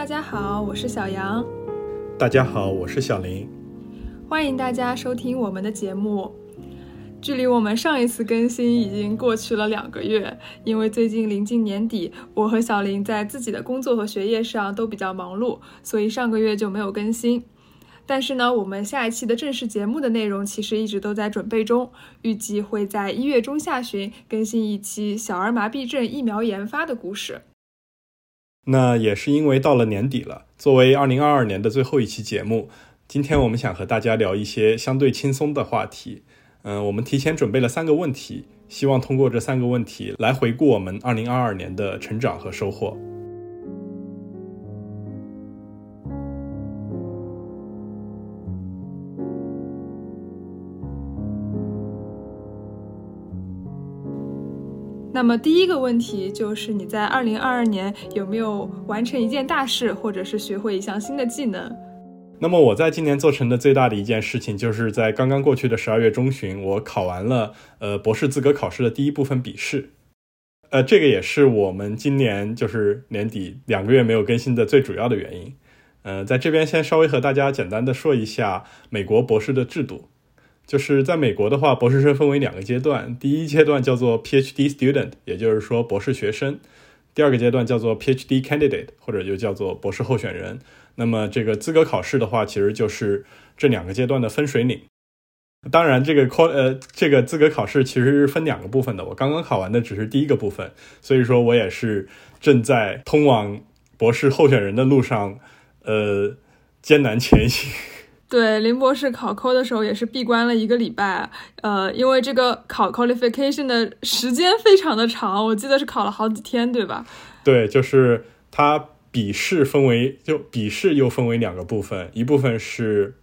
大家好，我是小杨。 大家好，我是小林。 欢迎大家收听我们的节目。距离我们上一次更新已经过去了2个月，因为最近临近年底，我和小林在自己的工作和学业上都比较忙碌，所以上个月就没有更新。但是呢，我们下一期的正式节目的内容其实一直都在准备中，预计会在1月中下旬更新一期小儿麻痹症疫苗研发的故事。 那也是因为到了年底了，作为2022年的最后一期节目，今天我们想和大家聊一些相对轻松的话题。我们提前准备了3个问题，希望通过这3个问题来回顾我们2022年的成长和收获。 那么第一个问题就是你在2022年有没有完成一件大事，或者是学会一项新的技能？ 那么我在今年做成的最大的一件事情，就是在刚刚过去的12月中旬，我考完了博士资格考试的第一部分笔试。这个也是我们今年就是年底2个月没有更新的最主要的原因。在这边先稍微和大家简单的说一下美国博士的制度。就是在美国的话，博士生分为2个阶段，第一阶段叫做 PhD student， 也就是说博士学生，第二个阶段叫做 PhD candidate， 或者又叫做博士候选人。那么这个资格考试的话，其实就是这2个阶段的分水岭。当然这个资格考试其实是分2个部分的，我刚刚考完的只是第一个部分，所以说我也是正在通往博士候选人的路上艰难前行。 对，林博士考 call 的时候也是闭关了1个礼拜，因为这个考 qualification 的时间非常的长，我记得是考了好几天，对吧？ 对，就是它笔试又分为2个部分，一部分是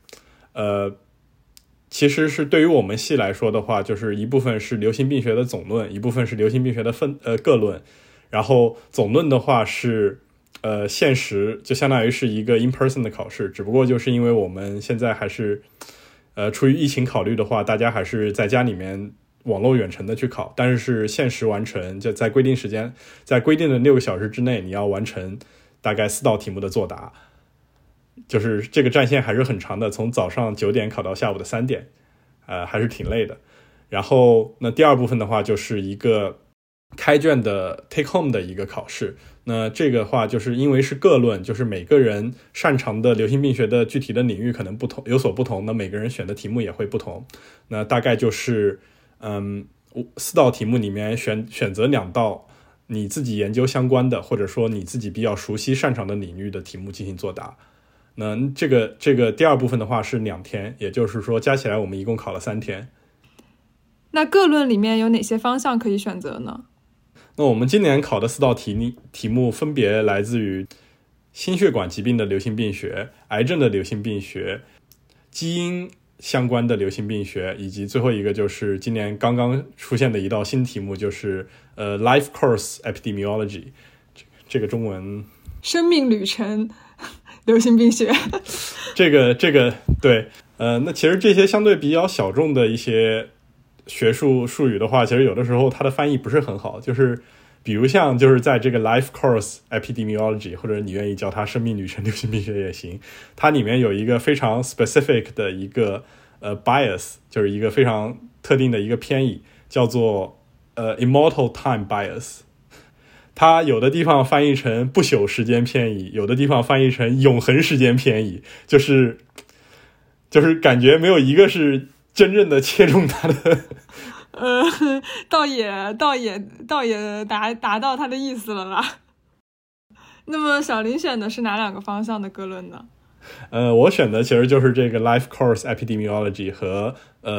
其实是对于我们系来说的话，就是一部分是流行病学的总论，一部分是流行病学的各论，然后总论的话是现实就相当于是一个 in person 的考试，只不过就是因为我们现在还是出于疫情考虑的话，大家还是在家里面网络远程的去考，但是现实完成就在规定时间，在规定的6个小时之内，你要完成大概4道题目的作答，就是这个战线还是很长的，从早上9点考到下午的3点，还是挺累的。然后那第二部分的话就是一个开卷的 take home 的一个考试，那这个话就是因为是各论，就是每个人擅长的流行病学的具体的领域可能有所不同，那每个人选的题目也会不同。那大概就是4道题目里面选择2道你自己研究相关的，或者说你自己比较熟悉擅长的领域的题目进行作答。那这个第二部分的话是2天，也就是说加起来我们一共考了3天。 那各论里面有哪些方向可以选择呢？ 那我们今年考的4道题目分别来自于心血管疾病的流行病学、癌症的流行病学、基因相关的流行病学，以及最后一个就是今年刚刚出现的一道新题目，就是Life Course Epidemiology， 这个中文生命旅程流行病学。 这个对，那其实这些相对比较小众的一些学术术语的话，其实有的时候它的翻译不是很好，就是比如像就是在这个 Life Course Epidemiology， 或者你愿意叫它生命旅程流行病学也行，它里面有一个非常 specific 的一个bias， 就是一个非常特定的一个偏移，叫做immortal time bias。它有的地方翻译成不朽时间偏移，有的地方翻译成永恒时间偏移，就是感觉没有一个是真正的切中它的倒也达到他的意思了啦。那么小林选的是哪2个方向的各论呢？ 我选的其实就是这个 Life Course Epidemiology 和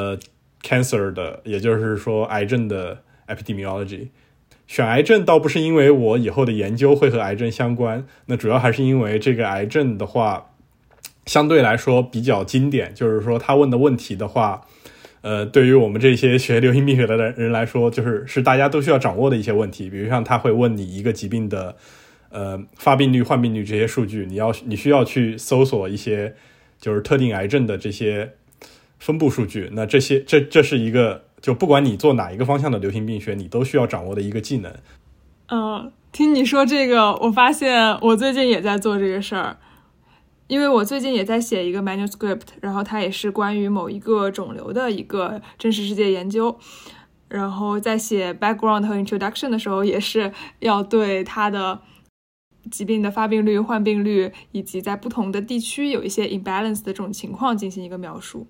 Cancer 的，也就是说癌症的 Epidemiology。选癌症倒不是因为我以后的研究会和癌症相关，那主要还是因为这个癌症的话相对来说比较经典，就是说他问的问题的话对于我们这些学流行病学的人来说，是大家都需要掌握的一些问题。比如像他会问你一个疾病的发病率、患病率这些数据，你需要去搜索一些就是特定癌症的这些分布数据。那这是一个就不管你做哪一个方向的流行病学，你都需要掌握的一个技能。 听你说这个，我发现我最近也在做这个事儿，因为我最近也在写一个 manuscript， 然后它也是关于某一个肿瘤的一个真实世界研究，然后在写 background 和 introduction 的时候，也是要对它的疾病的发病率、患病率以及在不同的地区有一些 imbalance 的这种情况进行一个描述。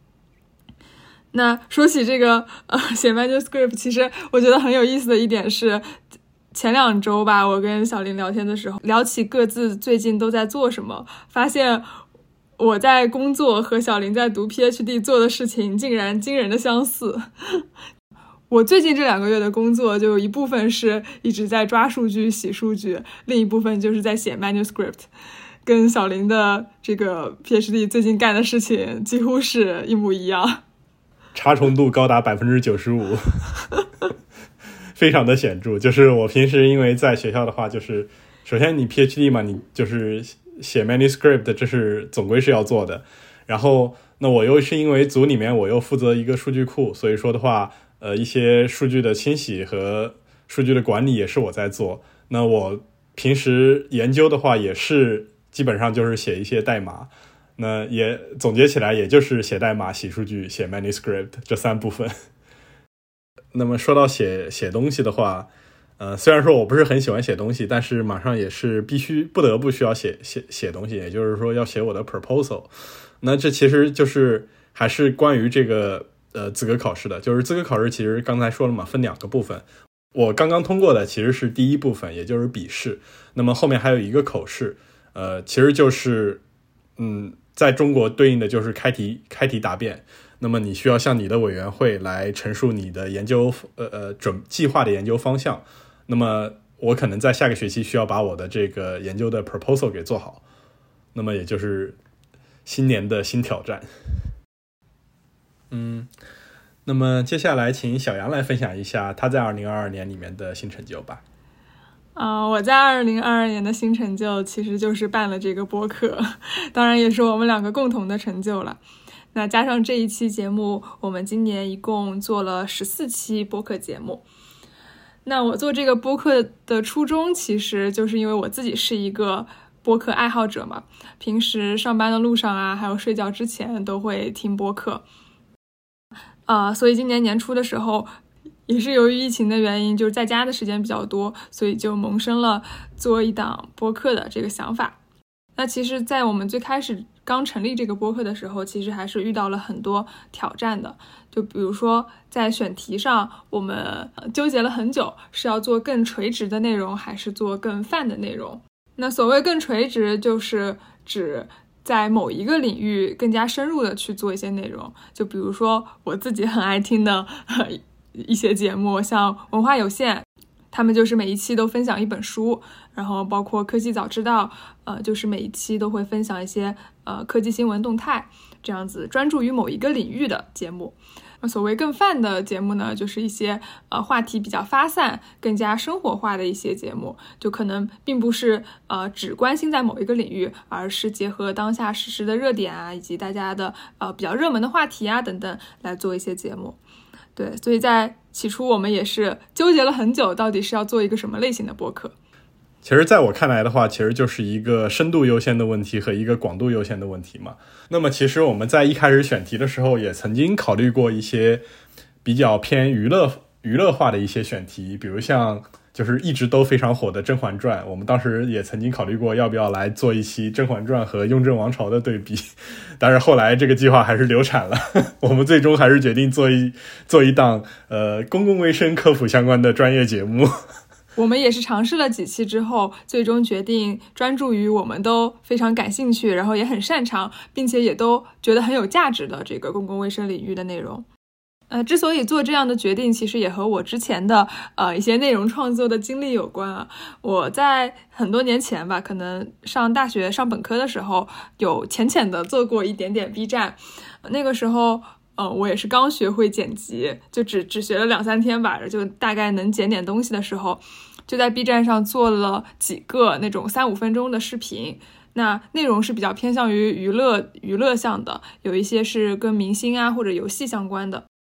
那说起这个写 manuscript， 其实我觉得很有意思的一点是，前2周吧，我跟小林聊天的时候，聊起各自最近都在做什么，发现我在工作和小林在读 PhD 做的事情竟然惊人的相似。我最近这2个月的工作就有一部分是一直在抓数据、洗数据，另一部分就是在写 manuscript， 跟小林的这个 PhD 最近干的事情几乎是一模一样， 差重度高达 95%。非常的显著。就是我平时因为在学校的话，就是首先你 PhD 嘛，你就是写 manuscript， 这是总归是要做的。然后那我又是因为组里面我又负责一个数据库，所以说的话一些数据的清洗和数据的管理也是我在做。那我平时研究的话也是基本上就是写一些代码，那也总结起来也就是写代码、洗数据、写 manuscript 这3部分。那么说到写东西的话，虽然说我不是很喜欢写东西，但是马上也是不得不需要写东西，也就是说要写我的 proposal。那这其实就是还是关于这个资格考试的，就是资格考试其实刚才说了嘛，分2个部分。我刚刚通过的其实是第一部分，也就是笔试。那么后面还有一个口试，其实就是在中国对应的就是开题答辩。那么你需要向你的委员会来陈述你的研究计划的研究方向。那么我可能在下个学期需要把我的这个研究的 proposal 给做好。那么也就是新年的新挑战。那么接下来请小杨来分享一下他在2022年里面的新成就吧。 我在2022年的新成就其实就是办了这个播客，当然也是我们2个共同的成就了。那加上这一期节目，我们今年一共做了14期播客节目。那我做这个播客的初衷其实就是因为我自己是一个播客爱好者嘛，平时上班的路上啊，还有睡觉之前都会听播客。所以今年年初的时候，也是由于疫情的原因，就是在家的时间比较多，所以就萌生了做一档播客的这个想法。那其实在我们最开始刚成立这个播客的时候，其实还是遇到了很多挑战的。就比如说在选题上，我们纠结了很久，是要做更垂直的内容还是做更泛的内容。那所谓更垂直，就是指在某一个领域更加深入的去做一些内容。就比如说我自己很爱听的一些节目，像文化有限，他们就是每一期都分享一本书，然后包括科技早知道，就是每一期都会分享一些科技新闻动态，这样子专注于某一个领域的节目。所谓更泛的节目呢，就是一些话题比较发散、更加生活化的一些节目，就可能并不是只关心在某一个领域，而是结合当下实时的热点啊，以及大家的比较热门的话题啊等等来做一些节目。对，所以在起初我们也是纠结了很久，到底是要做一个什么类型的播客。 其实在我看来的话，其实就是一个深度优先的问题和一个广度优先的问题嘛。那么其实我们在一开始选题的时候也曾经考虑过一些比较偏娱乐化的一些选题，比如像就是一直都非常火的《甄嬛传》，我们当时也曾经考虑过要不要来做一期《甄嬛传》和雍正王朝的对比，但是后来这个计划还是流产了我们最终还是决定做一档公共卫生科普相关的专业节目。 我们也是尝试了几期之后，最终决定专注于我们都非常感兴趣，然后也很擅长，并且也都觉得很有价值的这个公共卫生领域的内容。之所以做这样的决定，其实也和我之前的一些内容创作的经历有关啊。我在很多年前吧，可能上大学上本科的时候，有浅浅的做过一点点 B 站。那个时候我也是刚学会剪辑，就只学了2-3天吧，就大概能剪点东西的时候，就在 B 站上做了几个那种3-5分钟的视频。那内容是比较偏向于娱乐向的，有一些是跟明星啊或者游戏相关的。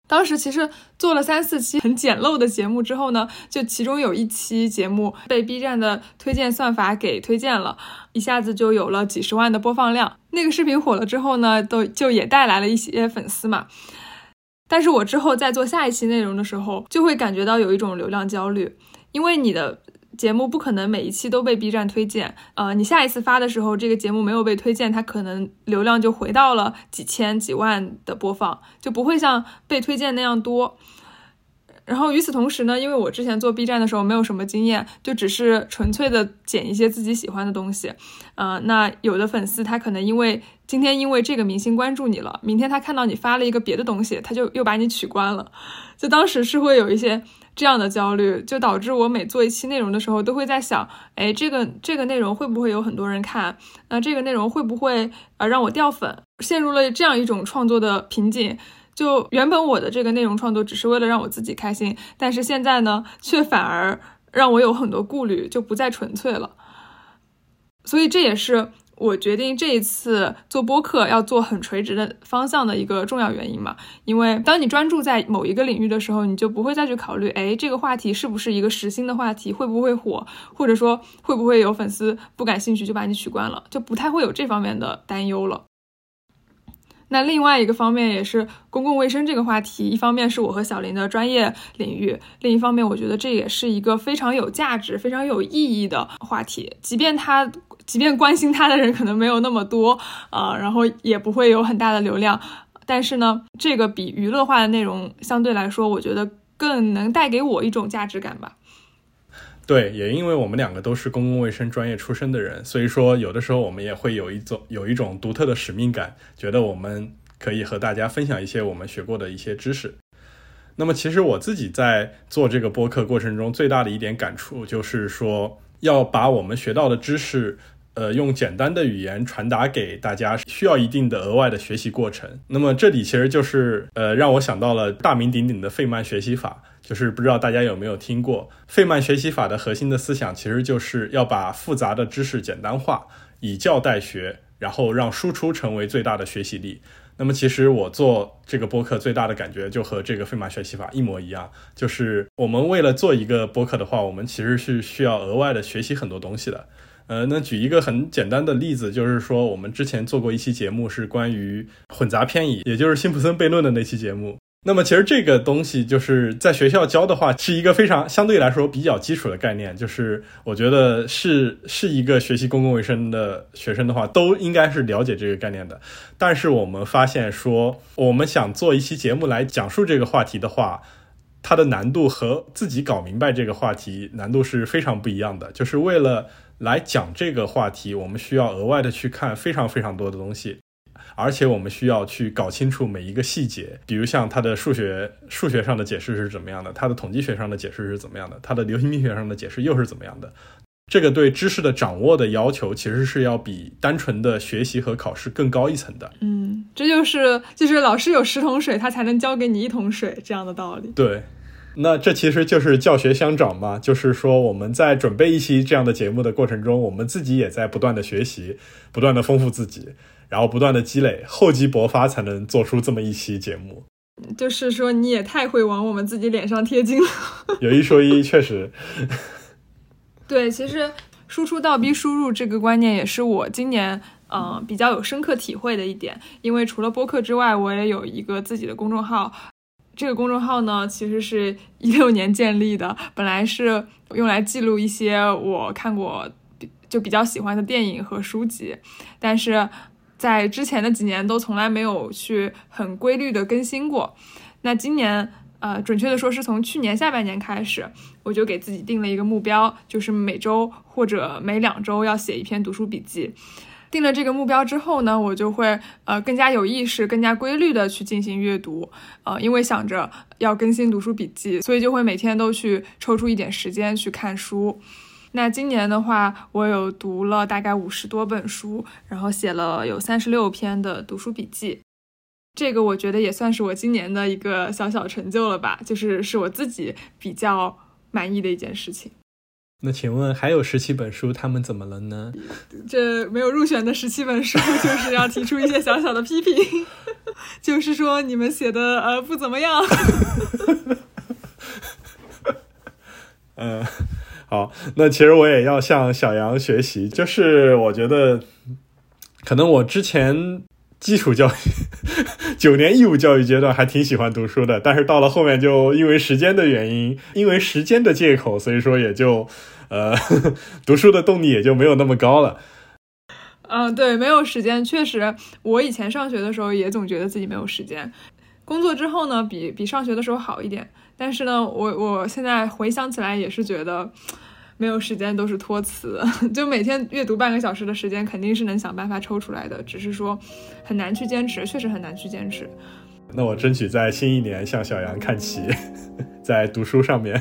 当时其实做了3-4期很简陋的节目之后呢，就其中有一期节目被 B 站的推荐算法给推荐了，一下子就有了几十万的播放量。那个视频火了之后呢，就也带来了一些粉丝嘛。但是我之后在做下一期内容的时候，就会感觉到有一种流量焦虑，因为你的节目不可能每一期都被 B 站推荐，你下一次发的时候，这个节目没有被推荐，它可能流量就回到了几千几万的播放，就不会像被推荐那样多。然后与此同时呢，因为我之前做 B 站的时候没有什么经验，就只是纯粹的剪一些自己喜欢的东西，那有的粉丝他可能今天因为这个明星关注你了，明天他看到你发了一个别的东西，他就又把你取关了，就当时是会有一些这样的焦虑，就导致我每做一期内容的时候都会在想，这个内容会不会有很多人看，这个内容会不会让我掉粉，陷入了这样一种创作的瓶颈。就原本我的这个内容创作只是为了让我自己开心，但是现在呢却反而让我有很多顾虑，就不再纯粹了。所以这也是我决定这一次做播客要做很垂直的方向的一个重要原因嘛。因为当你专注在某一个领域的时候，你就不会再去考虑这个话题是不是一个时兴的话题，会不会火，或者说会不会有粉丝不感兴趣就把你取关了，就不太会有这方面的担忧了。那另外一个方面也是公共卫生这个话题，一方面是我和小林的专业领域，另一方面我觉得这也是一个非常有价值非常有意义的话题，即便关心他的人可能没有那么多然后也不会有很大的流量，但是呢这个比娱乐化的内容相对来说我觉得更能带给我一种价值感吧。 对，也因为我们两个都是公共卫生专业出身的人，所以说有的时候我们也会有一种独特的使命感，觉得我们可以和大家分享一些我们学过的一些知识。那么其实我自己在做这个播客过程中最大的一点感触就是说，要把我们学到的知识用简单的语言传达给大家，需要一定的额外的学习过程。那么这里其实就是让我想到了大名鼎鼎的费曼学习法，就是不知道大家有没有听过。费曼学习法的核心的思想其实就是要把复杂的知识简单化，以教代学，然后让输出成为最大的学习力。那么其实我做这个播客最大的感觉就和这个费曼学习法一模一样，就是我们为了做一个播客的话，我们其实是需要额外的学习很多东西的。那举一个很简单的例子，就是说我们之前做过一期节目是关于混杂偏移，也就是辛普森悖论的那期节目。那么其实这个东西就是在学校教的话是一个非常相对来说比较基础的概念，就是我觉得是一个学习公共卫生的学生的话都应该是了解这个概念的。但是我们发现说，我们想做一期节目来讲述这个话题的话，它的难度和自己搞明白这个话题难度是非常不一样的。就是为了来讲这个话题，我们需要额外的去看非常非常多的东西，而且我们需要去搞清楚每一个细节，比如像它的数学上的解释是怎么样的，它的统计学上的解释是怎么样的，它的流行病学上的解释又是怎么样的。这个对知识的掌握的要求其实是要比单纯的学习和考试更高一层的。 这就是老师有10桶水他才能教给你1桶水这样的道理。 对，那这其实就是教学相长嘛，就是说我们在准备一期这样的节目的过程中，我们自己也在不断的学习，不断的丰富自己，然后不断的积累，厚积薄发才能做出这么一期节目。 就是说你也太会往我们自己脸上贴金了。 有一说一，确实。 对，其实输出倒逼输入这个观念也是我今年比较有深刻体会的一点。因为除了播客之外，我也有一个自己的公众号。这个公众号呢其实是16年建立的，本来是用来记录一些我看过就比较喜欢的电影和书籍，但是在之前的几年都从来没有去很规律的更新过。那今年准确的说是从去年下半年开始，我就给自己定了一个目标，就是每周或者每2周要写一篇读书笔记。定了这个目标之后呢，我就会更加有意识更加规律的去进行阅读，因为想着要更新读书笔记，所以就会每天都去抽出一点时间去看书。那今年的话，我有读了大概50多本书，然后写了有36篇的读书笔记。这个我觉得也算是我今年的一个小小成就了吧，是我自己比较满意的一件事情。 那请问还有17本书他们怎么了呢？ 这没有入选的17本书就是要提出一些小小的批评。 就是说你们写的不怎么样。 好，那其实我也要向小杨学习，就是我觉得可能我之前基础教育9年义务教育阶段还挺喜欢读书的，但是到了后面就因为时间的原因，因为时间的借口，所以说也就读书的动力也就没有那么高了。 对，没有时间，确实我以前上学的时候也总觉得自己没有时间，工作之后呢比上学的时候好一点，但是呢我现在回想起来也是觉得没有时间都是托词，就每天阅读半个小时的时间肯定是能想办法抽出来的，只是说很难去坚持，确实很难去坚持。 那我争取在新一年向小杨看齐，在读书上面。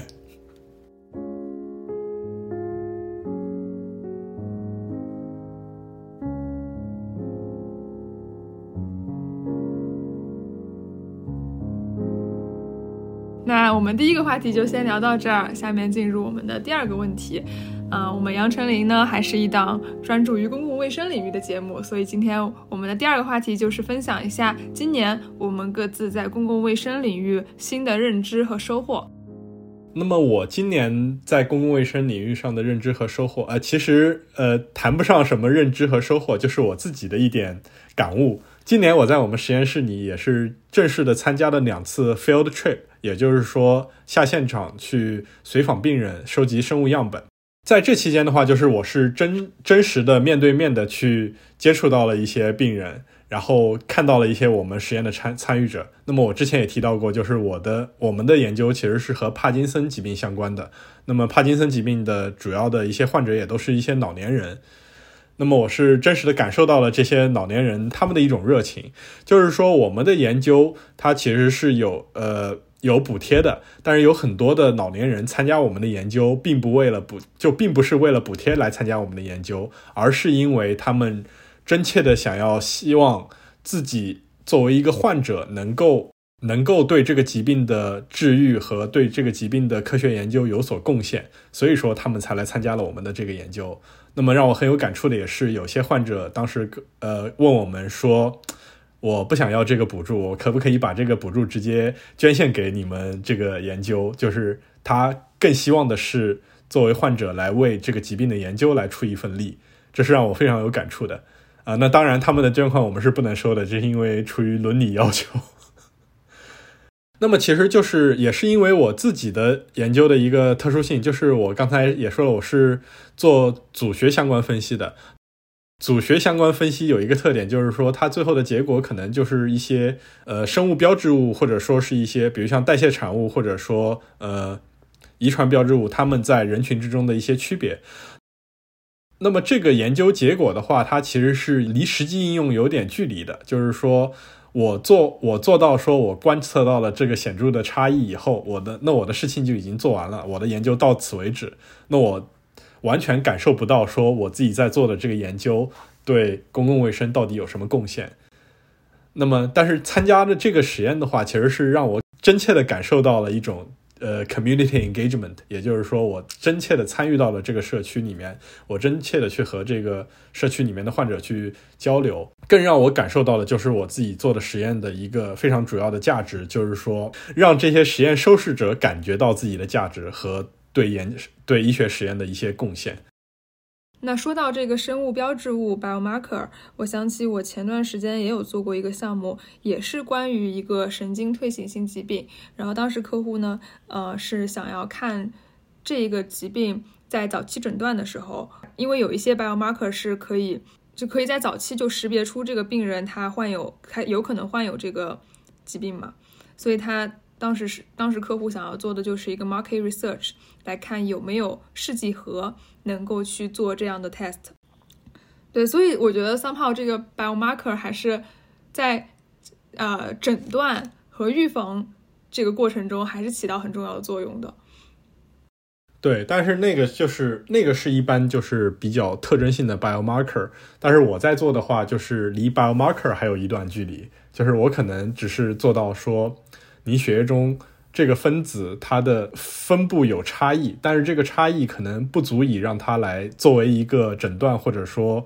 那我们第一个话题就先聊到这儿，下面进入我们的第二个问题。我们杨丞琳呢还是一档专注于公共卫生领域的节目，所以今天我们的第二个话题就是分享一下今年我们各自在公共卫生领域新的认知和收获。 那么我今年在公共卫生领域上的认知和收获，其实谈不上什么认知和收获，就是我自己的一点感悟。今年我在我们实验室里也是正式的参加了2次 field trip， 也就是说下现场去随访病人，收集生物样本。在这期间的话，就是我是真实的面对面的去接触到了一些病人，然后看到了一些我们实验的参与者。那么我之前也提到过，就是我们的研究其实是和帕金森疾病相关的。那么帕金森疾病的主要的一些患者也都是一些老年人。那么我是真实的感受到了这些老年人他们的一种热情，就是说我们的研究它其实是有补贴的，但是有很多的老年人参加我们的研究并不是为了补贴来参加我们的研究，而是因为他们真切的希望自己作为一个患者能够对这个疾病的治愈和对这个疾病的科学研究有所贡献，所以说他们才来参加了我们的这个研究。那么让我很有感触的也是，有些患者当时问我们说，我不想要这个补助，我可不可以把这个补助直接捐献给你们这个研究，就是他更希望的是作为患者来为这个疾病的研究来出一份力，这是让我非常有感触的。那当然他们的捐款我们是不能收的，这是因为出于伦理要求。那么其实也是因为我自己的研究的一个特殊性，就是我刚才也说了，我是做组学相关分析的。组学相关分析有一个特点，就是说它最后的结果可能就是一些生物标志物，或者说是一些比如像代谢产物，或者说遗传标志物，它们在人群之中的一些区别。那么这个研究结果的话，它其实是离实际应用有点距离的，就是说我做到说我观测到了这个显著的差异以后，我的事情就已经做完了，我的研究到此为止。那我完全感受不到说我自己在做的这个研究对公共卫生到底有什么贡献。那么但是参加的这个实验的话，其实是让我真切的感受到了一种community engagement， 也就是说我真切的参与到了这个社区里面，我真切的去和这个社区里面的患者去交流。更让我感受到的就是我自己做的实验的一个非常主要的价值，就是说让这些实验受试者感觉到自己的价值和对医学实验的一些贡献。 那说到这个生物标志物 biomarker， 我想起我前段时间也有做过一个项目，也是关于一个神经退行性疾病，然后当时客户呢是想要看这个疾病在早期诊断的时候，因为有一些 biomarker 是可以在早期就识别出这个病人他有可能患有这个疾病嘛，所以他当时客户想要做的就是一个 market research， 来看有没有试剂盒能够去做这样的 test。 对，所以我觉得 somehow 这个 biomarker 还是在诊断和预防这个过程中还是起到很重要的作用的。 对，但是那个是一般就是比较特征性的 biomarker， 但是我在做的话就是离 biomarker 还有一段距离，就是我可能只是做到说你血液中这个分子它的分布有差异，但是这个差异可能不足以让它来作为一个诊断或者说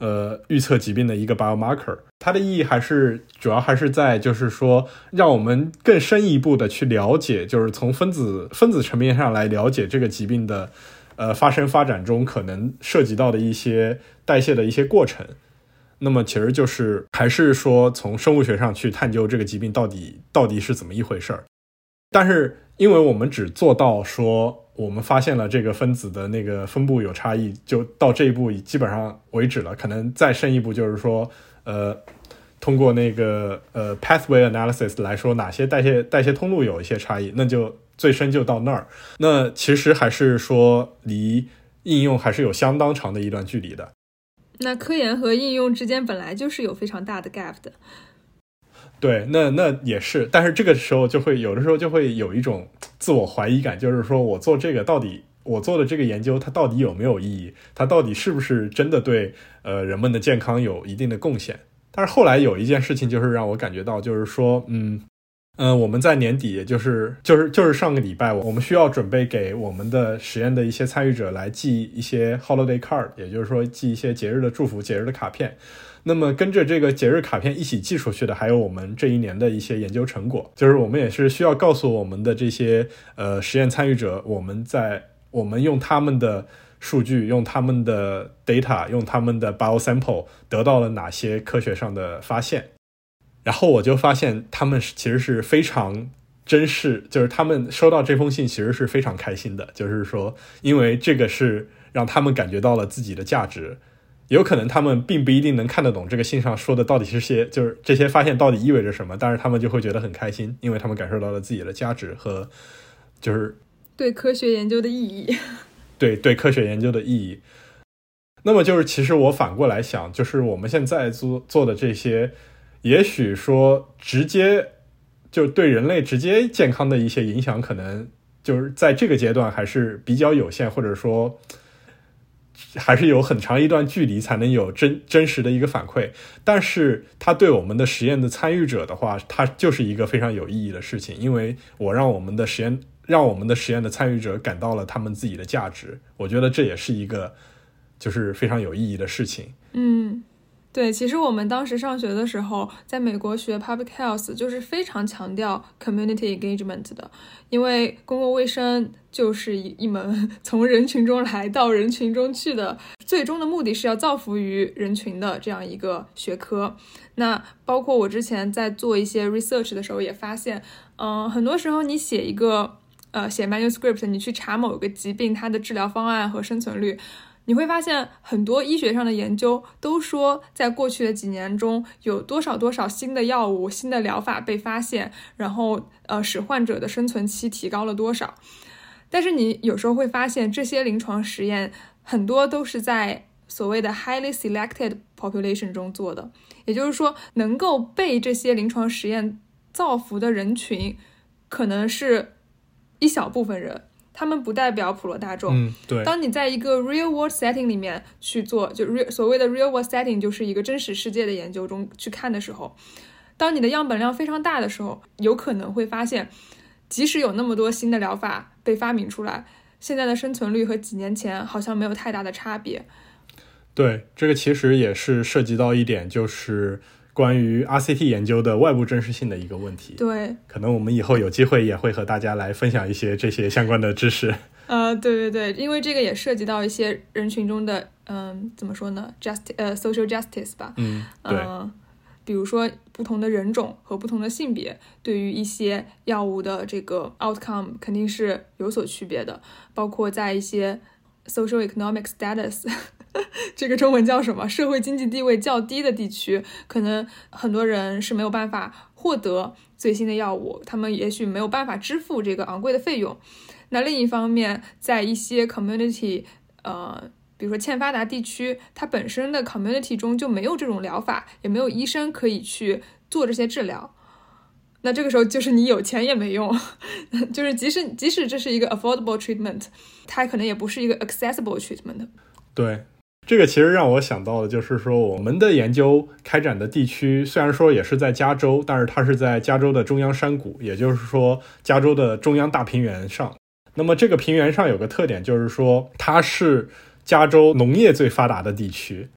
预测疾病的一个 biomarker。它的意义主要还是在就是说让我们更深一步的去了解，就是从分子层面上来了解这个疾病的发展中可能涉及到的一些代谢的一些过程。那么其实就是还是说从生物学上去探究这个疾病到底是怎么一回事儿。但是因为我们只做到说我们发现了这个分子的那个分布有差异，就到这一步基本上为止了。可能再深一步就是说通过那个pathway analysis 来说哪些代谢通路有一些差异，那就最深就到那儿。那其实还是说离应用还是有相当长的一段距离的。 那科研和应用之间本来就是有非常大的 gap 的。 对，那也是，但是这个时候有的时候就会有一种自我怀疑感，就是说我做这个到底我做的这个研究它到底有没有意义，它到底是不是真的对人们的健康有一定的贡献。但是后来有一件事情就是让我感觉到，就是说我们在年底，也就是上个礼拜，我们需要准备给我们的实验的一些参与者来寄一些 holiday card， 也就是说寄一些节日的祝福、节日的卡片。那么跟着这个节日卡片一起寄出去的还有我们这一年的一些研究成果，就是我们也是需要告诉我们的这些实验参与者，我们用他们的数据，用他们的 data， 用他们的 biosample 得到了哪些科学上的发现。然后我就发现他们其实是非常珍视，就是他们收到这封信其实是非常开心的，就是说因为这个是让他们感觉到了自己的价值。有可能他们并不一定能看得懂这个信上说的到底是就是这些发现到底意味着什么，但是他们就会觉得很开心，因为他们感受到了自己的价值和就是对科学研究的意义。 对科学研究的意义。那么就是其实我反过来想，就是我们现在做的这些，也许说直接就对人类直接健康的一些影响，可能就是在这个阶段还是比较有限，或者说还是有很长一段距离才能有真实的一个反馈。但是它对我们的实验的参与者的话，它就是一个非常有意义的事情，因为我让我们的实验的参与者感到了他们自己的价值，我觉得这也是一个就是非常有意义的事情。 对，其实我们当时上学的时候，在美国学 public health 就是非常强调 community engagement 的，因为公共卫生就是一门从人群中来到人群中去的，最终的目的是要造福于人群的这样一个学科。那包括我之前在做一些 research 的时候也发现，很多时候你写写 manuscript， 你去查某个疾病它的治疗方案和生存率，你会发现很多医学上的研究都说在过去的几年中有多少新的药物、新的疗法被发现，然后使患者的生存期提高了多少。但是你有时候会发现这些临床实验很多都是在所谓的 highly selected population 中做的，也就是说能够被这些临床实验造福的人群可能是一小部分人，他们不代表普罗大众。 对。 当你在一个 real world setting 里面去做，所谓的 real world setting 就是一个真实世界的研究中去看的时候，当你的样本量非常大的时候，有可能会发现即使有那么多新的疗法被发明出来，现在的生存率和几年前好像没有太大的差别。 对，这个其实也是涉及到一点，就是关于 RCT 研究的外部真实性的一个问题。 对， 可能我们以后有机会也会和大家来分享一些这些相关的知识。 对，因为这个也涉及到一些人群中的怎么说呢 social justice 吧。 对。 比如说不同的人种和不同的性别对于一些药物的这个 outcome 肯定是有所区别的，包括在一些 social economic status 这个中文叫什么？社会经济地位较低的地区，可能很多人是没有办法获得最新的药物，他们也许没有办法支付这个昂贵的费用。那另一方面，在一些 community比如说欠发达地区，它本身的 community 中就没有这种疗法，也没有医生可以去做这些治疗。那这个时候就是你有钱也没用，就是即使这是一个 affordable treatment， 它可能也不是一个 accessible treatment。 对，这个其实让我想到的就是说，我们的研究开展的地区虽然说也是在加州，但是它是在加州的中央山谷，也就是说加州的中央大平原上。那么这个平原上有个特点，就是说它是加州农业最发达的地区。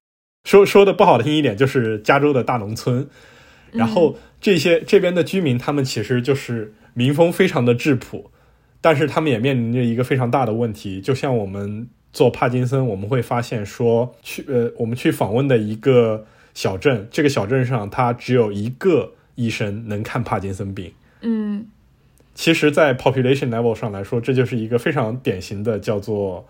说的不好听一点，就是加州的大农村。然后这边的居民，他们其实就是民风非常的质朴，但是他们也面临着一个非常大的问题。就像我们做帕金森，我们会发现说，我们去访问的一个小镇，这个小镇上它只有一个医生能看帕金森病。其实在 population level 上来说，这就是一个非常典型的叫做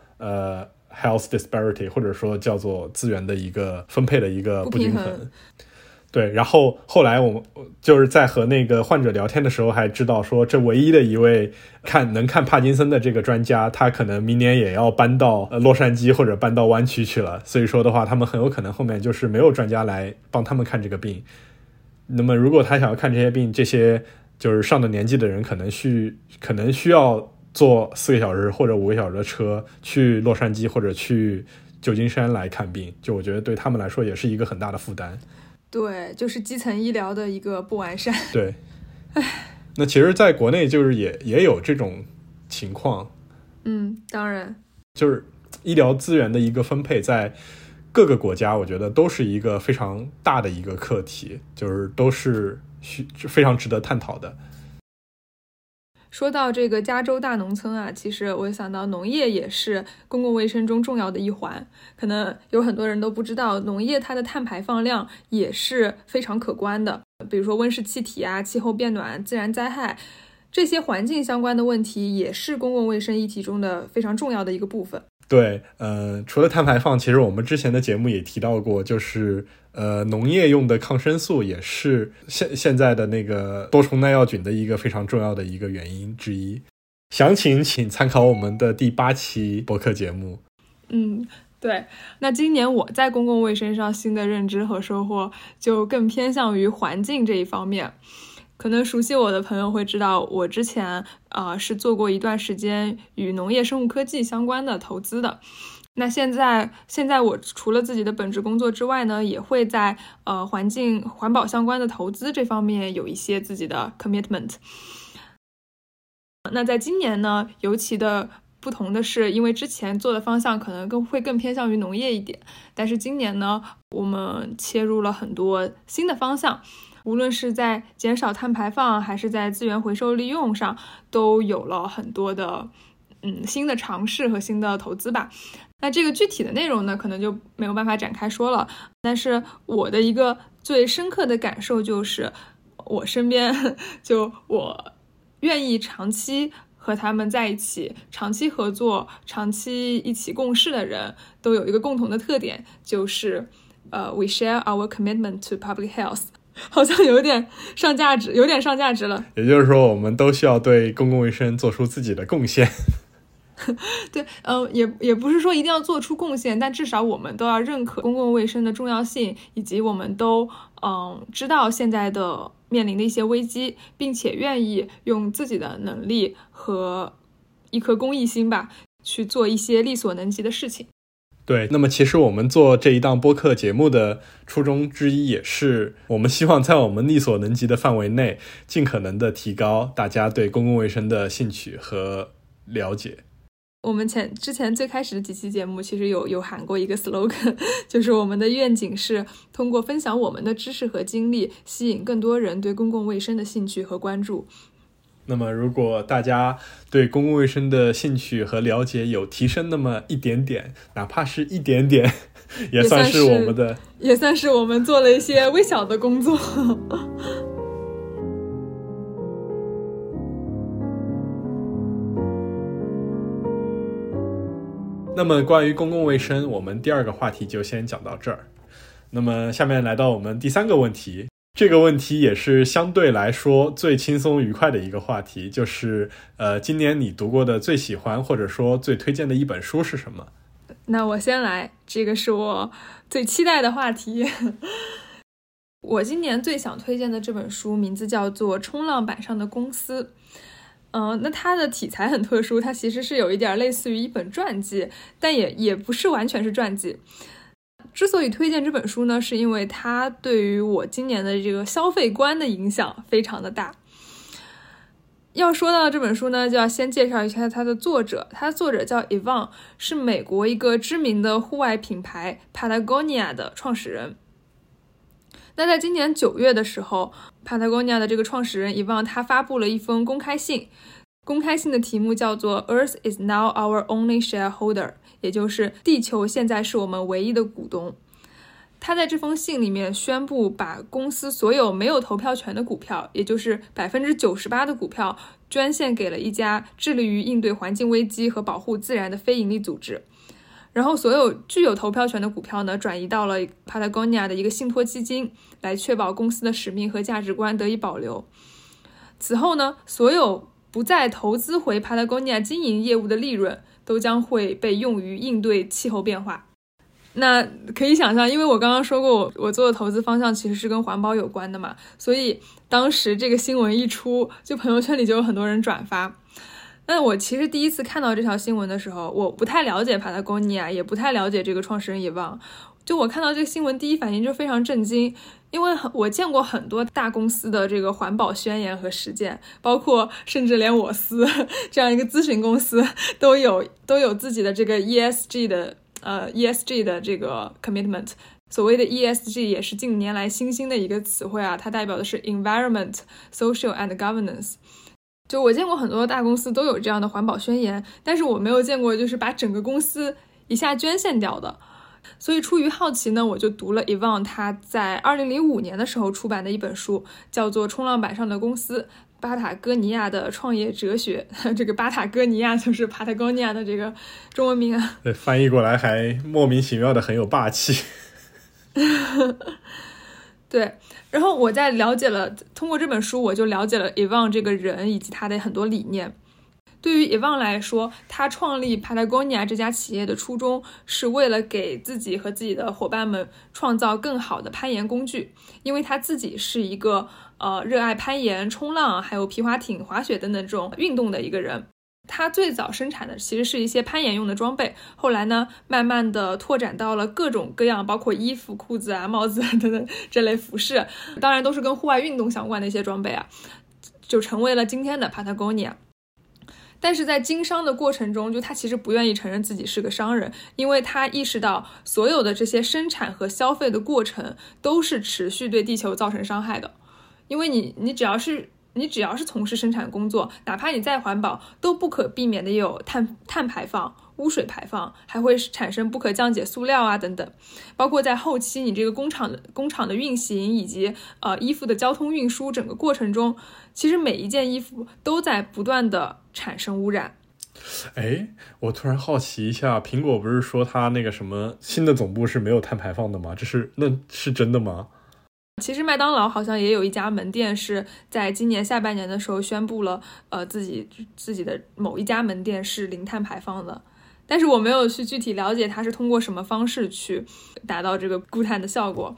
health disparity， 或者说叫做资源的一个分配的一个不均衡。对，然后后来我们就是在和那个患者聊天的时候还知道说，这唯一的一位能看帕金森的这个专家，他可能明年也要搬到洛杉矶或者搬到湾区去了，所以说的话他们很有可能后面就是没有专家来帮他们看这个病。那么如果他想要看这些病，这些就是上了年纪的人可能需要坐4个小时或者5个小时的车去洛杉矶或者去旧金山来看病，就我觉得对他们来说也是一个很大的负担。 对，就是基层医疗的一个不完善。 对，那其实在国内就是也有这种情况。 当然， 就是医疗资源的一个分配在各个国家，我觉得都是一个非常大的一个课题，就是都是非常值得探讨的。 说到这个加州大农村啊，其实我想到农业也是公共卫生中重要的一环。可能有很多人都不知道，农业它的碳排放量也是非常可观的。比如说温室气体啊、气候变暖、自然灾害，这些环境相关的问题也是公共卫生议题中的非常重要的一个部分。 对，除了碳排放，其实我们之前的节目也提到过，就是农业用的抗生素也是现在的那个多重耐药菌的一个非常重要的一个原因之一。详情请参考我们的第8期播客节目。 对，那今年我在公共卫生上新的认知和收获就更偏向于环境这一方面。可能熟悉我的朋友会知道，我之前是做过一段时间与农业生物科技相关的投资的。那现在我除了自己的本职工作之外呢，也会在环保相关的投资这方面有一些自己的 commitment。那在今年呢，尤其的不同的是，因为之前做的方向可能更偏向于农业一点，但是今年呢，我们切入了很多新的方向。无论是在减少碳排放还是在资源回收利用上，都有了很多的新的尝试和新的投资吧。那这个具体的内容呢，可能就没有办法展开说了。但是我的一个最深刻的感受就是，我身边我愿意长期和他们在一起，长期合作，长期一起共事的人，都有一个共同的特点，就是we share our commitment to public health。好像有点上价值了。 也就是说，我们都需要对公共卫生做出自己的贡献。 对，也不是说一定要做出贡献，但至少我们都要认可公共卫生的重要性，以及我们都知道现在的面临的一些危机，并且愿意用自己的能力和一颗公益心吧，去做一些力所能及的事情。 对，那么其实我们做这一档播客节目的初衷之一，也是我们希望在我们力所能及的范围内，尽可能的提高大家对公共卫生的兴趣和了解。 我们之前最开始的几期节目其实有喊过一个 slogan， 就是我们的愿景是通过分享我们的知识和经历，吸引更多人对公共卫生的兴趣和关注。 那么如果大家对公共卫生的兴趣和了解有提升那么一点点，哪怕是一点点，也算是我们做了一些微小的工作。 那么关于公共卫生，我们第2个话题就先讲到这儿。那么下面来到我们第3个问题，这个问题也是相对来说最轻松愉快的一个话题，就是今年你读过的最喜欢或者说最推荐的一本书是什么？ 那我先来，这个是我最期待的话题。我今年最想推荐的这本书名字叫做《冲浪板上的公司》。那它的题材很特殊，它其实是有一点类似于一本传记，但也不是完全是传记。之所以推荐这本书呢，是因为它对于我今年的这个消费观的影响非常的大。 要说到这本书呢，就要先介绍一下它的作者。它的作者叫 Yvon， 是美国一个知名的户外品牌 Patagonia 的创始人。那在今年9月的时候， Patagonia 的这个创始人 Yvon 他发布了一封公开信，公开信的题目叫做 Earth is now our only shareholder， 也就是地球现在是我们唯一的股东。他在这封信里面宣布把公司所有没有投票权的股票，也就是98%的股票，捐献给了一家致力于应对环境危机和保护自然的非营利组织。然后所有具有投票权的股票呢，转移到了 Patagonia 的一个信托基金，来确保公司的使命和价值观得以保留。此后呢，所有不再投资回 Patagonia 经营业务的利润，都将会被用于应对气候变化。那可以想象，因为我刚刚说过我做的投资方向其实是跟环保有关的嘛，所以当时这个新闻一出，就朋友圈里就有很多人转发。那我其实第一次看到这条新闻的时候，我不太了解 Patagonia， 也不太了解这个创始人Yvon。就我看到这个新闻，第一反应就非常震惊，因为我见过很多大公司的这个环保宣言和实践，包括甚至连我司这样一个咨询公司都有自己的这个 ESG 的这个 commitment。 所谓的 ESG 也是近年来新兴的一个词汇啊，它代表的是 Environment, Social and Governance。 就我见过很多大公司都有这样的环保宣言，但是我没有见过就是把整个公司一下捐献掉的。所以出于好奇呢，我就读了 Yvon 他在2005年的时候出版的一本书，叫做《冲浪板上的公司：巴塔哥尼亚的创业哲学》。这个巴塔哥尼亚就是 Patagonia 的这个中文名啊。 对，翻译过来还莫名其妙的很有霸气。 对，然后我在通过这本书，我就了解了 Yvon 这个人以及他的很多理念。对于 Yvon 来说，他创立 Patagonia 这家企业的初衷是为了给自己和自己的伙伴们创造更好的攀岩工具，因为他自己是一个热爱攀岩、冲浪还有皮划艇、滑雪等等这种运动的一个人。他最早生产的其实是一些攀岩用的装备，后来呢慢慢的拓展到了各种各样，包括衣服、裤子啊、帽子等等这类服饰，当然都是跟户外运动相关的一些装备啊，就成为了今天的 Patagonia。但是在经商的过程中，就他其实不愿意承认自己是个商人，因为他意识到所有的这些生产和消费的过程都是持续对地球造成伤害的。因为你只要是从事生产工作，哪怕你再环保，都不可避免的有碳排放、污水排放，还会产生不可降解塑料啊等等。包括在后期你这个工厂的运行以及衣服的交通运输整个过程中，其实每一件衣服都在不断的产生污染。 我突然好奇一下，苹果不是说它那个什么新的总部是没有碳排放的吗？那是真的吗？ 其实麦当劳好像也有一家门店是在今年下半年的时候宣布了自己的某一家门店是零碳排放的，但是我没有去具体了解它是通过什么方式去达到这个固碳的效果。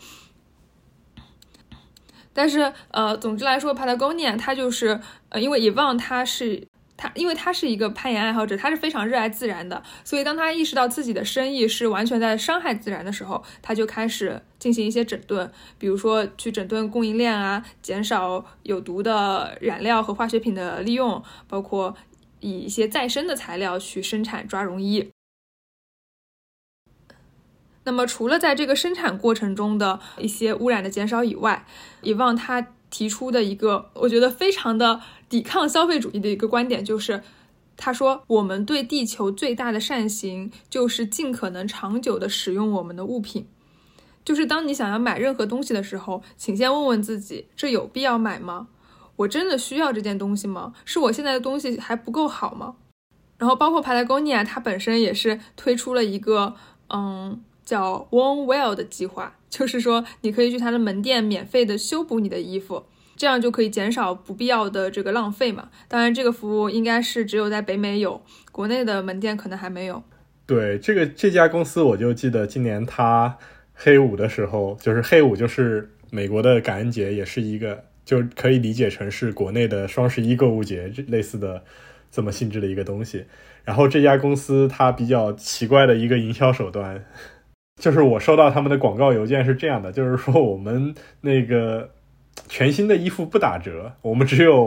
但是总之来说 Patagonia 它就是因为 Yvon因为他是一个攀岩爱好者，他是非常热爱自然的，所以当他意识到自己的生意是完全在伤害自然的时候，他就开始进行一些整顿，比如说去整顿供应链啊，减少有毒的染料和化学品的利用，包括以一些再生的材料去生产抓绒衣。那么除了在这个生产过程中的一些污染的减少以外，Yvon他提出的一个我觉得非常的抵抗消费主义的一个观点，就是他说我们对地球最大的善行就是尽可能长久的使用我们的物品。就是当你想要买任何东西的时候，请先问问自己，这有必要买吗？我真的需要这件东西吗？是我现在的东西还不够好吗？然后包括 Patagonia 它本身也是推出了一个叫 Worn Well 的计划，就是说你可以去它的门店免费的修补你的衣服，这样就可以减少不必要的这个浪费嘛。当然这个服务应该是只有在北美有，国内的门店可能还没有。 对，这家公司我就记得今年它黑五的时候，就是黑五就是美国的感恩节，也是一个就可以理解成是国内的双11购物节类似的这么性质的一个东西。然后这家公司它比较奇怪的一个营销手段，就是我收到他们的广告邮件是这样的，就是说我们那个全新的衣服不打折，我们只有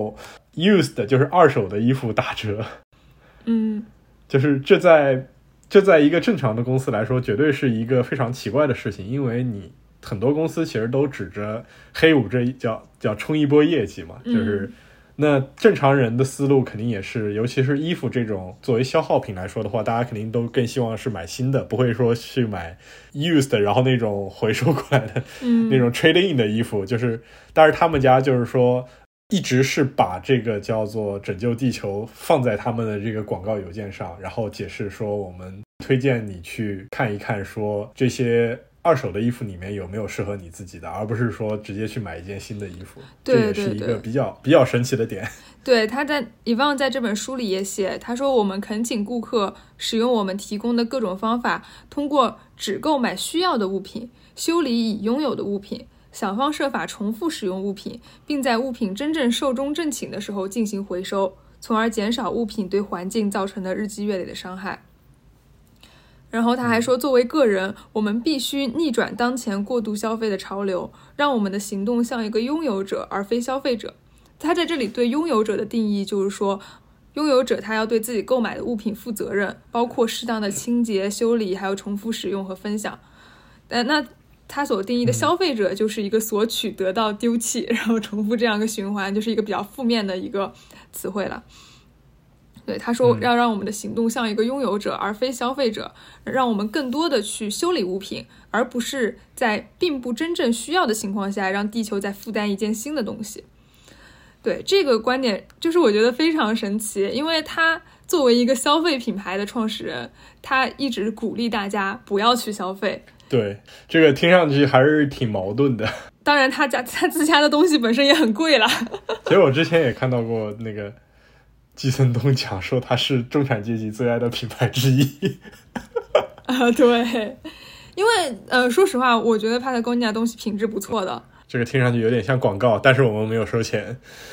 used 就是二手的衣服打折。就是这在一个正常的公司来说绝对是一个非常奇怪的事情，因为你很多公司其实都指着黑五这叫冲一波业绩嘛，就是那正常人的思路肯定也是，尤其是衣服这种作为消耗品来说的话，大家肯定都更希望是买新的，不会说去买 used 然后那种回收过来的那种 trade in 的衣服。就是但是他们家就是说一直是把这个叫做拯救地球放在他们的这个广告邮件上，然后解释说我们推荐你去看一看说这些二手的衣服里面有没有适合你自己的，而不是说直接去买一件新的衣服。 对， 这也是一个比较神奇的点。 对，Yvonne 在这本书里也写，他说我们恳请顾客使用我们提供的各种方法，通过只购买需要的物品，修理已拥有的物品，想方设法重复使用物品，并在物品真正寿终正寝的时候进行回收，从而减少物品对环境造成的日积月累的伤害。然后他还说，作为个人，我们必须逆转当前过度消费的潮流，让我们的行动像一个拥有者而非消费者。他在这里对拥有者的定义就是说，拥有者他要对自己购买的物品负责任，包括适当的清洁、修理，还有重复使用和分享。那他所定义的消费者就是一个索取、得到、丢弃，然后重复这样一个循环，就是一个比较负面的一个词汇了。对，他说要让我们的行动像一个拥有者而非消费者，让我们更多的去修理物品，而不是在并不真正需要的情况下让地球再负担一件新的东西。对，这个观点就是我觉得非常神奇，因为他作为一个消费品牌的创始人，他一直鼓励大家不要去消费。 对，这个听上去还是挺矛盾的。 当然他自家的东西本身也很贵了。 其实我之前也看到过那个季森东讲说他是中产阶级最爱的品牌之一。 对，因为说实话，我觉得帕特哥尼亚东西品质不错的。 这个听上去有点像广告，但是我们没有收钱。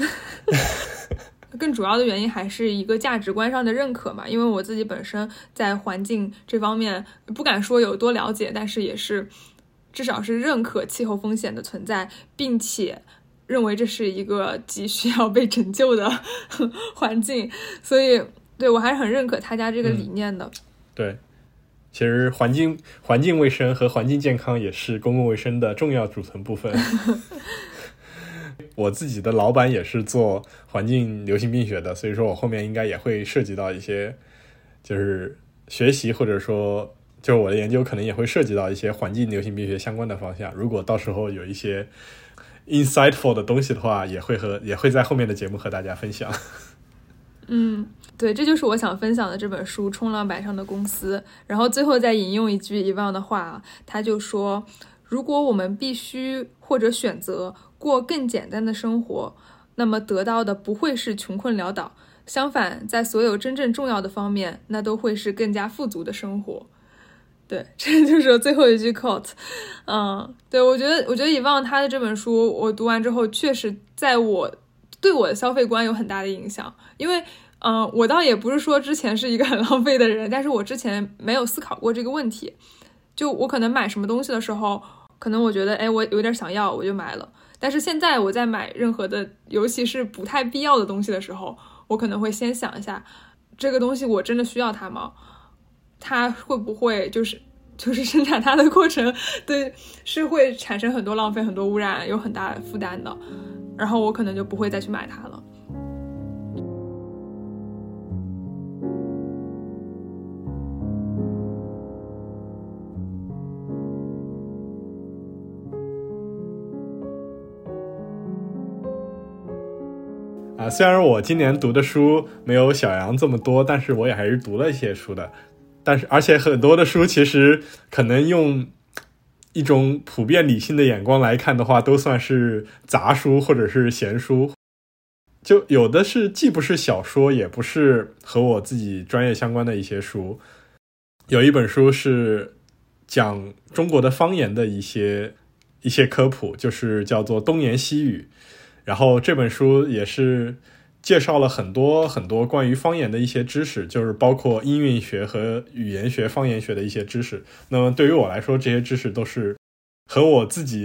更主要的原因还是一个价值观上的认可嘛，因为我自己本身在环境这方面不敢说有多了解，但是也是至少是认可气候风险的存在，并且认为这是一个极需要被拯救的环境，所以对我还是很认可他家这个理念的。 对，其实环境卫生和环境健康也是公共卫生的重要组成部分。我自己的老板也是做环境流行病学的，所以说我后面应该也会涉及到一些就是学习，或者说就是我的研究可能也会涉及到一些环境流行病学相关的方向。如果到时候有一些 insightful 的东西的话，也会在后面的节目和大家分享。 对，这就是我想分享的这本书《冲浪板上的公司》。然后最后再引用一句Yvonne的话，他就说，如果我们必须或者选择过更简单的生活，那么得到的不会是穷困潦倒，相反，在所有真正重要的方面，那都会是更加富足的生活。对，这就是最后一句 quote。对，我觉得Yvonne他的这本书我读完之后，确实对我的消费观有很大的影响。因为我倒也不是说之前是一个很浪费的人，但是我之前没有思考过这个问题。就我可能买什么东西的时候，可能我觉得我有点想要，我就买了。但是现在我在买任何的尤其是不太必要的东西的时候，我可能会先想一下，这个东西我真的需要它吗？它会不会就是生产它的过程对是会产生很多浪费、很多污染，有很大的负担的，然后我可能就不会再去买它了。 虽然我今年读的书没有小杨这么多，但是我也还是读了一些书的。而且很多的书其实可能用一种普遍理性的眼光来看的话，都算是杂书或者是闲书。就有的是既不是小说，也不是和我自己专业相关的一些书。有一本书是讲中国的方言的一些科普，就是叫做东言西语。然后这本书也是介绍了很多很多关于方言的一些知识，就是包括音韵学和语言学、方言学的一些知识。那么对于我来说，这些知识都是和我自己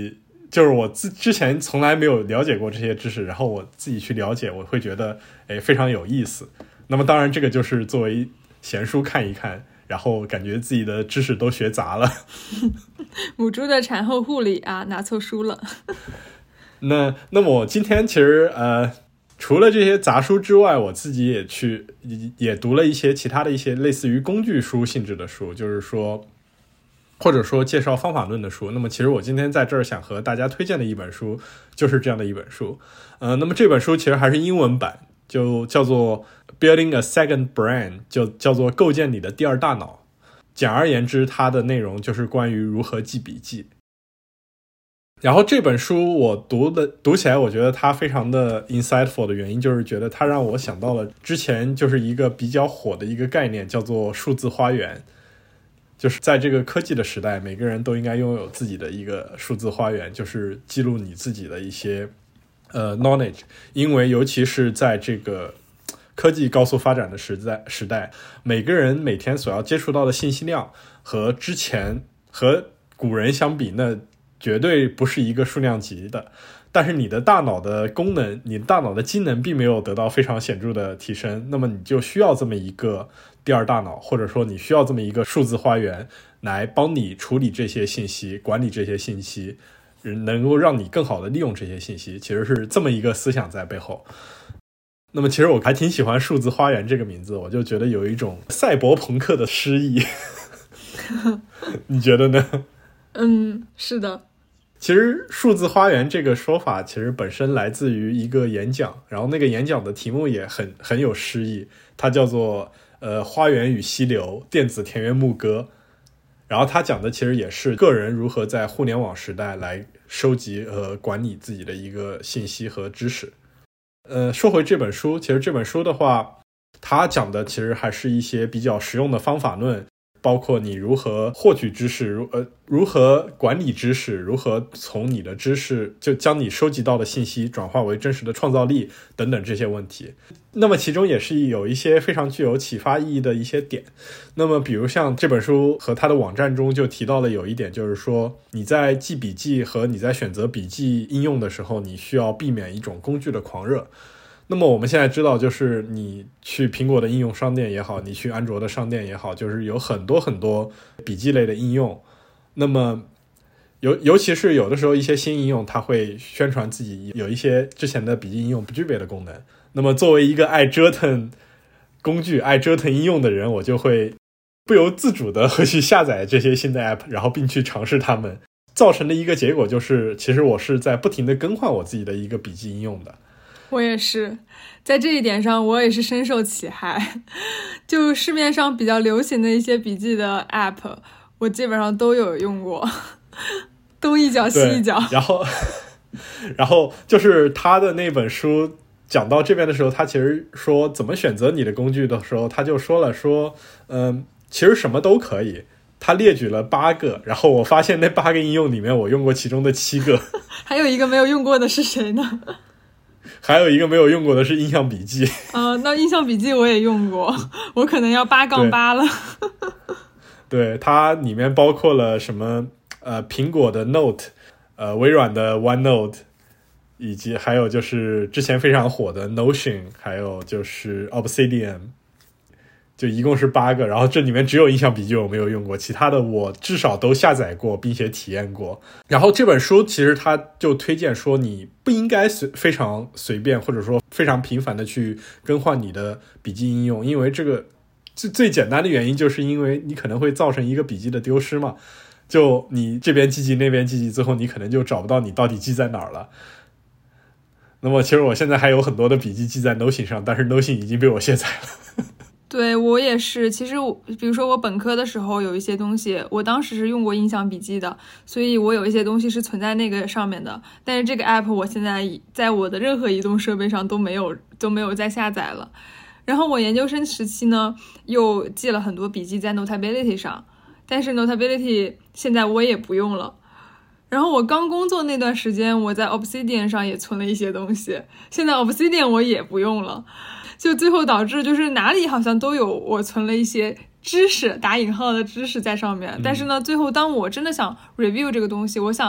就是我之前从来没有了解过这些知识，然后我自己去了解，我会觉得非常有意思。那么当然这个就是作为闲书看一看，然后感觉自己的知识都学杂了。 母猪的产后护理啊，拿错书了。 那么我今天其实除了这些杂书之外，我自己也读了一些其他的一些类似于工具书性质的书，就是说或者说介绍方法论的书。那么其实我今天在这儿想和大家推荐的一本书就是这样的一本书。那么这本书其实还是英文版，就叫做 Building a Second Brain， 就叫做构建你的第二大脑。简而言之，它的内容就是关于如何记笔记。然后这本书我读起来，我觉得它非常的 insightful 的原因，就是觉得它让我想到了之前就是一个比较火的一个概念，叫做数字花园。就是在这个科技的时代，每个人都应该拥有自己的一个数字花园，就是记录你自己的一些knowledge。因为尤其是在这个科技高速发展的时代，每个人每天所要接触到的信息量和古人相比，那绝对不是一个数量级的。但是你的大脑的功能，你的大脑的机能并没有得到非常显著的提升，那么你就需要这么一个第二大脑，或者说你需要这么一个数字花园来帮你处理这些信息，管理这些信息，能够让你更好的利用这些信息，其实是这么一个思想在背后。那么其实我还挺喜欢数字花园这个名字，我就觉得有一种赛博朋克的诗意。你觉得呢？ 是的。 其实数字花园这个说法其实本身来自于一个演讲，然后那个演讲的题目也很有诗意，它叫做花园与溪流，电子田园牧歌。然后他讲的其实也是个人如何在互联网时代来收集和管理自己的一个信息和知识。说回这本书，其实这本书的话，它讲的其实还是一些比较实用的方法论，包括你如何获取知识，如何管理知识，如何从你的知识就将你收集到的信息转化为真实的创造力等等这些问题。那么其中也是有一些非常具有启发意义的一些点。那么比如像这本书和它的网站中就提到了有一点，就是说你在记笔记和你在选择笔记应用的时候，你需要避免一种工具的狂热。那么我们现在知道，就是你去苹果的应用商店也好，你去安卓的商店也好，就是有很多很多笔记类的应用。那么尤其是有的时候一些新应用它会宣传自己有一些之前的笔记应用不具备的功能。那么作为一个爱折腾工具爱折腾应用的人，我就会不由自主的会去下载这些新的 app， 然后并去尝试它们，造成的一个结果就是其实我是在不停的更换我自己的一个笔记应用的。 我也是，在这一点上我也是深受其害。就市面上比较流行的一些笔记的 app， 我基本上都有用过，东一脚西一脚。然后就是他的那本书讲到这边的时候，他其实说怎么选择你的工具的时候，他就说了其实什么都可以。他列举了8个，然后我发现那8个应用里面我用过其中的7个。 还有一个没有用过的是谁呢？ 还有一个没有用过的是印象笔记。 那印象笔记我也用过，我可能要8-8了。 对，它里面包括了什么苹果的 Note， 微软的 OneNote， 以及还有就是之前非常火的 Notion， 还有就是 Obsidian， 就一共是8个。然后这里面只有印象笔记我没有用过，其他的我至少都下载过并且体验过。然后这本书其实它就推荐说你不应该非常随便或者说非常频繁的去更换你的笔记应用，因为这个最简单的原因就是因为你可能会造成一个笔记的丢失嘛，就你这边记那边记，最后你可能就找不到你到底记在哪儿了。那么其实我现在还有很多的笔记记在 Notion 上，但是 Notion 已经被我卸载了。 对，我也是。其实比如说我本科的时候有一些东西，我当时是用过印象笔记的，所以我有一些东西是存在那个上面的。但是这个 app 我现在在我的任何移动设备上都没有再下载了。然后我研究生时期呢，又记了很多笔记在 Notability 上，但是 Notability 现在我也不用了。然后我刚工作那段时间，我在 Obsidian 上也存了一些东西，现在 Obsidian 我也不用了。就最后导致就是哪里好像都有我存了一些知识，打引号的知识在上面。但是呢，最后当我真的想 review 这个东西，我想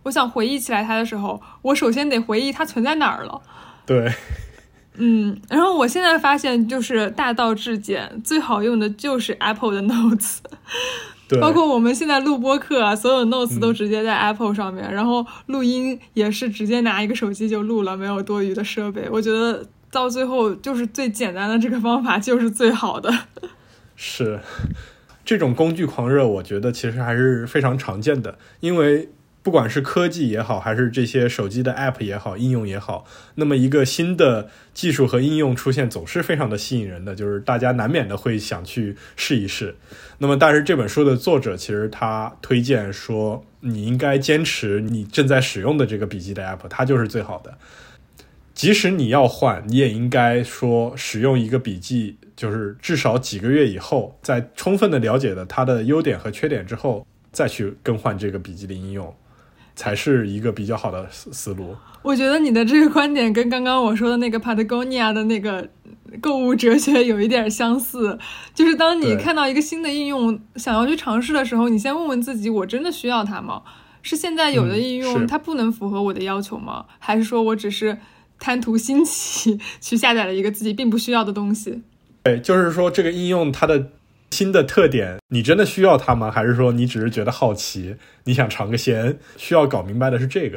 我想回忆起来它的时候，我首先得回忆它存在哪儿了。 对， 然后我现在发现，就是大道至简，最好用的就是 Apple 的 Notes。 对， 包括我们现在录播课啊，所有 Notes 都直接在 Apple 上面，然后录音也是直接拿一个手机就录了，没有多余的设备。我觉得到最后就是最简单的这个方法就是最好的。 是，这种工具狂热我觉得其实还是非常常见的，因为不管是科技也好，还是这些手机的 App 也好，应用也好，那么一个新的技术和应用出现总是非常的吸引人的，就是大家难免的会想去试一试。那么但是这本书的作者其实他推荐说，你应该坚持你正在使用的这个笔记的 App， 它就是最好的。即使你要换，你也应该说使用一个笔记，就是至少几个月以后，在充分的了解了它的优点和缺点之后，再去更换这个笔记的应用，才是一个比较好的思路。 我觉得你的这个观点跟刚刚我说的那个 Patagonia 的那个购物哲学有一点相似，就是当你看到一个新的应用想要去尝试的时候，你先问问自己，我真的需要它吗？是现在有的应用它不能符合我的要求吗？还是说我只是贪图新奇去下载了一个自己并不需要的东西？ 对，就是说这个应用它的新的特点，你真的需要它吗？还是说你只是觉得好奇，你想尝个鲜？需要搞明白的是这个。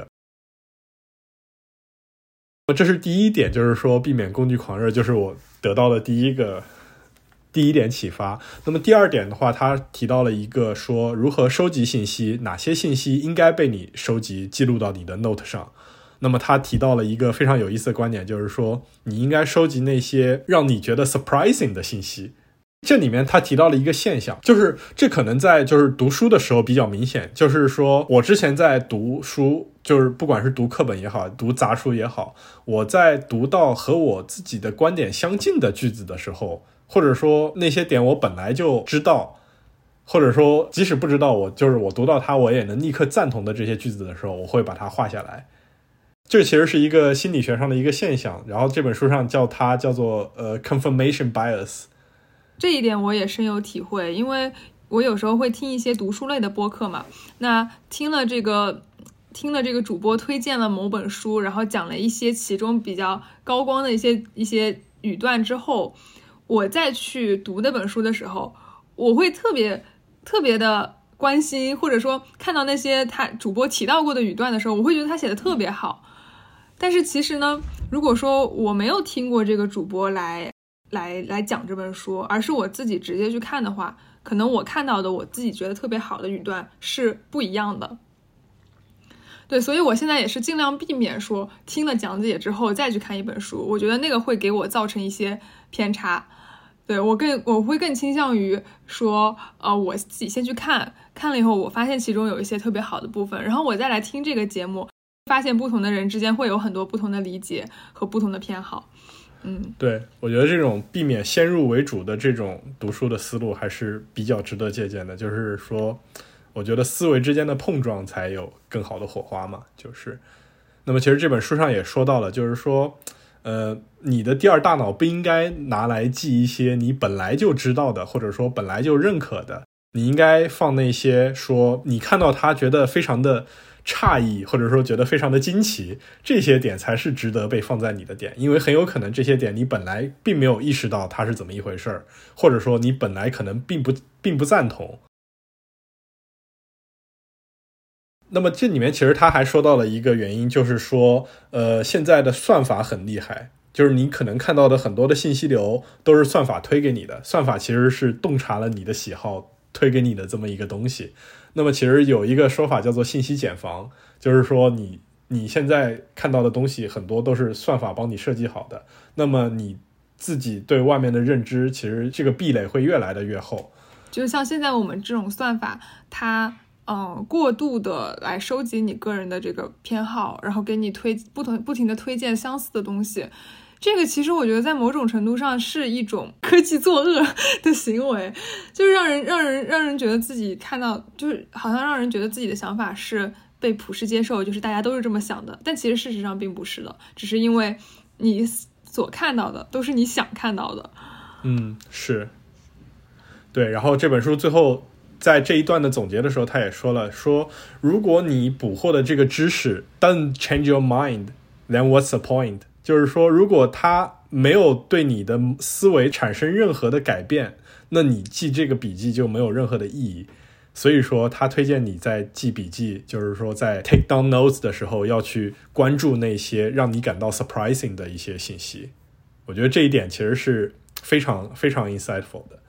这是第一点，就是说避免工具狂热，就是我得到的第一点启发。那么第二点的话，他提到了一个说如何收集信息，哪些信息应该被你收集记录到你的 Note 上。那么他提到了一个非常有意思的观点，就是说你应该收集那些让你觉得 surprising 的信息。这里面他提到了一个现象，就是这可能在就是读书的时候比较明显，就是说我之前在读书，就是不管是读课本也好，读杂书也好，我在读到和我自己的观点相近的句子的时候，或者说那些点我本来就知道，或者说即使不知道，我读到它我也能立刻赞同的这些句子的时候，我会把它画下来。这其实是一个心理学上的一个现象，然后这本书上叫做confirmation bias。 这一点我也深有体会，因为我有时候会听一些读书类的播客嘛，那听了这个主播推荐了某本书，然后讲了一些其中比较高光的一些语段之后，我再去读那本书的时候，我会特别的关心，或者说看到那些他主播提到过的语段的时候，我会觉得他写的特别好。但是其实呢，如果说我没有听过这个主播来讲这本书，而是我自己直接去看的话，可能我看到的我自己觉得特别好的语段是不一样的。对，所以我现在也是尽量避免说听了讲解之后再去看一本书，我觉得那个会给我造成一些偏差。对，我会更倾向于说我自己先去看了以后，我发现其中有一些特别好的部分，然后我再来听这个节目，发现不同的人之间会有很多不同的理解和不同的偏好。 对，我觉得这种避免先入为主的这种读书的思路还是比较值得借鉴的，就是说我觉得思维之间的碰撞才有更好的火花嘛。就是那么其实这本书上也说到了，就是说你的第二大脑不应该拿来记一些你本来就知道的，或者说本来就认可的，你应该放那些说你看到它觉得非常的诧异，或者说觉得非常的惊奇，这些点才是值得被放在你的点，因为很有可能这些点你本来并没有意识到它是怎么一回事，或者说你本来可能并不赞同。那么这里面其实他还说到了一个原因，就是说现在的算法很厉害，就是你可能看到的很多的信息流都是算法推给你的，算法其实是洞察了你的喜好推给你的这么一个东西。那么其实有一个说法叫做信息茧房，就是说你现在看到的东西很多都是算法帮你设计好的，那么你自己对外面的认知其实这个壁垒会越来的越厚。 就像现在我们这种算法，它过度的来收集你个人的这个偏好，然后给你不停的推荐相似的东西，这个其实我觉得在某种程度上是一种科技作恶的行为，就是让人觉得自己看到，就是好像让人觉得自己的想法是被普世接受，就是大家都是这么想的，但其实事实上并不是的，只是因为你所看到的都是你想看到的。 是对。然后这本书最后在这一段的总结的时候，他也说了，说如果你捕获的这个知识 doesn't change your mind, then what's the point？ 就是说，如果它没有对你的思维产生任何的改变，那你记这个笔记就没有任何的意义。所以说他推荐你在记笔记，就是说在 take down notes 的时候要去关注那些让你感到 surprising 的一些信息。我觉得这一点其实是非常非常 insightful 的。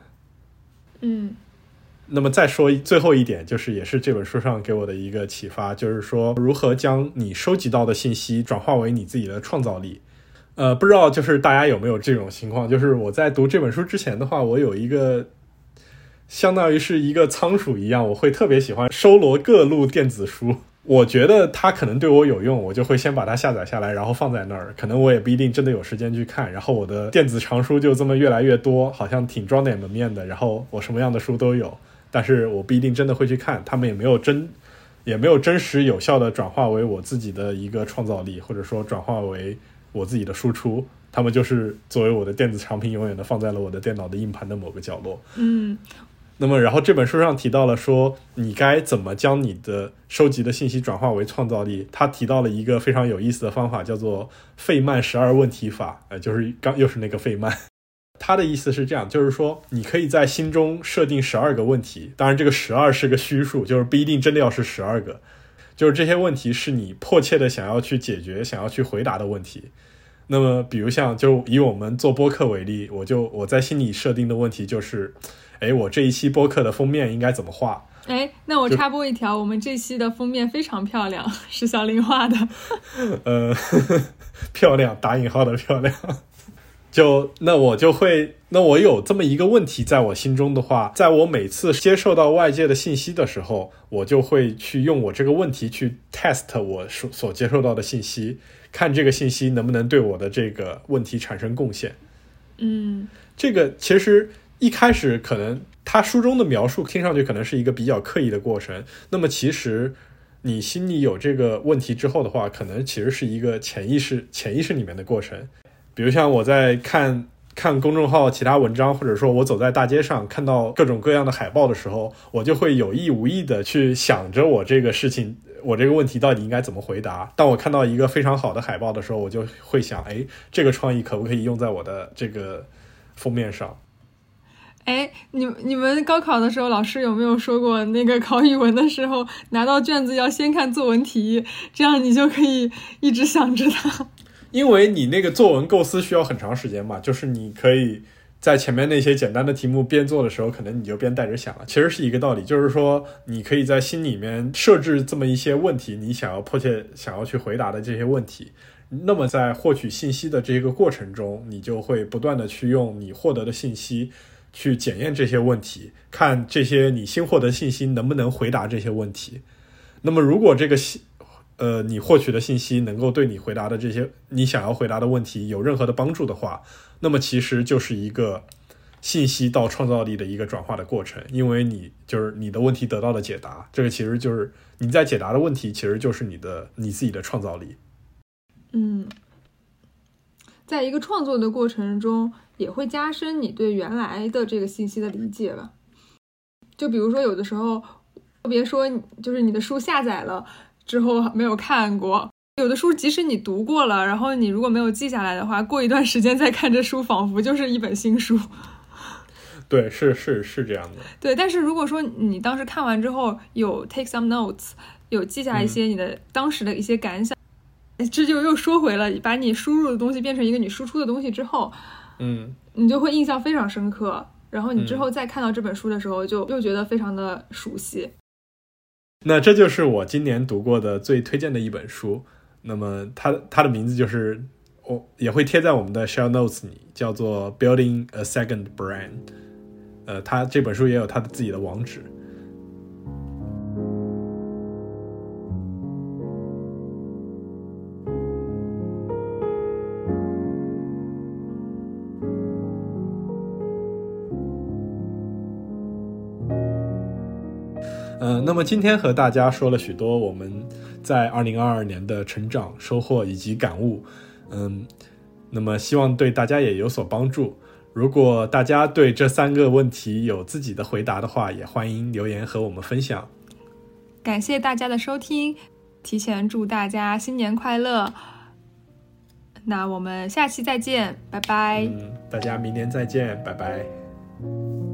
那么再说最后一点，就是也是这本书上给我的一个启发，就是说如何将你收集到的信息转化为你自己的创造力。不知道就是大家有没有这种情况，就是我在读这本书之前的话，我有一个相当于是一个仓鼠一样，我会特别喜欢收罗各路电子书。我觉得它可能对我有用，我就会先把它下载下来，然后放在那儿。可能我也不一定真的有时间去看，然后我的电子藏书就这么越来越多，好像挺装点门面的，然后我什么样的书都有，但是我不一定真的会去看，他们也没有真实有效的转化为我自己的一个创造力，或者说转化为我自己的输出，他们就是作为我的电子产品永远的放在了我的电脑的硬盘的某个角落。那么然后这本书上提到了说你该怎么将你的收集的信息转化为创造力，他提到了一个非常有意思的方法，叫做费曼12问题法，就是又是那个费曼。他的意思是这样，就是说你可以在心中设定12个问题，当然这个12是个虚数，就是不一定真的要是12个，就是这些问题是你迫切的想要去解决想要去回答的问题。那么比如像就以我们做播客为例，我在心里设定的问题就是我这一期播客的封面应该怎么画。 那我插播一条，我们这期的封面非常漂亮，是小林画的。 漂亮打引号的漂亮。那我有这么一个问题在我心中的话，在我每次接受到外界的信息的时候，我就会去用我这个问题去 test 我所接受到的信息，看这个信息能不能对我的这个问题产生贡献。这个其实一开始可能他书中的描述听上去可能是一个比较刻意的过程，那么其实你心里有这个问题之后的话，可能其实是一个潜意识里面的过程。比如像我在看公众号其他文章，或者说我走在大街上看到各种各样的海报的时候，我就会有意无意的去想着我这个事情，我这个问题到底应该怎么回答。当我看到一个非常好的海报的时候，我就会想这个创意可不可以用在我的这个封面上。 你们高考的时候老师有没有说过，那个考语文的时候拿到卷子要先看作文题，这样你就可以一直想着它。 因为你那个作文构思需要很长时间嘛，就是你可以在前面那些简单的题目边做的时候，可能你就边带着想了，其实是一个道理，就是说你可以在心里面设置这么一些问题，你迫切想要去回答的这些问题。那么在获取信息的这个过程中，你就会不断的去用你获得的信息去检验这些问题，看这些你新获得信息能不能回答这些问题。那么如果这个你获取的信息能够对你回答的这些你想要回答的问题有任何的帮助的话，那么其实就是一个信息到创造力的一个转化的过程，因为你的问题得到了解答，这个其实就是你在解答的问题，其实就是你自己的创造力。 在一个创作的过程中，也会加深你对原来的这个信息的理解吧。就比如说有的时候，别说就是你的书下载了之后没有看过，有的书即使你读过了，然后你如果没有记下来的话，过一段时间再看这书，仿佛就是一本新书。 对，是这样的。 对，但是如果说你当时看完之后有 take some notes， 有记下一些你的当时的一些感想，这就又说回了把你输入的东西变成一个你输出的东西之后，你就会印象非常深刻，然后你之后再看到这本书的时候就又觉得非常的熟悉。 那这就是我今年读过的最推荐的一本书，那么它的名字就是我也会贴在我们的 show notes 里，叫做 Building a Second Brain。它这本书也有它的自己的网址。那么今天和大家说了许多我们在2022年的成长、收获以及感悟，那么希望对大家也有所帮助。 如果大家对这3个问题有自己的回答的话，也欢迎留言和我们分享。 感谢大家的收听，提前祝大家新年快乐。那我们下期再见，拜拜。 大家明年再见，拜拜。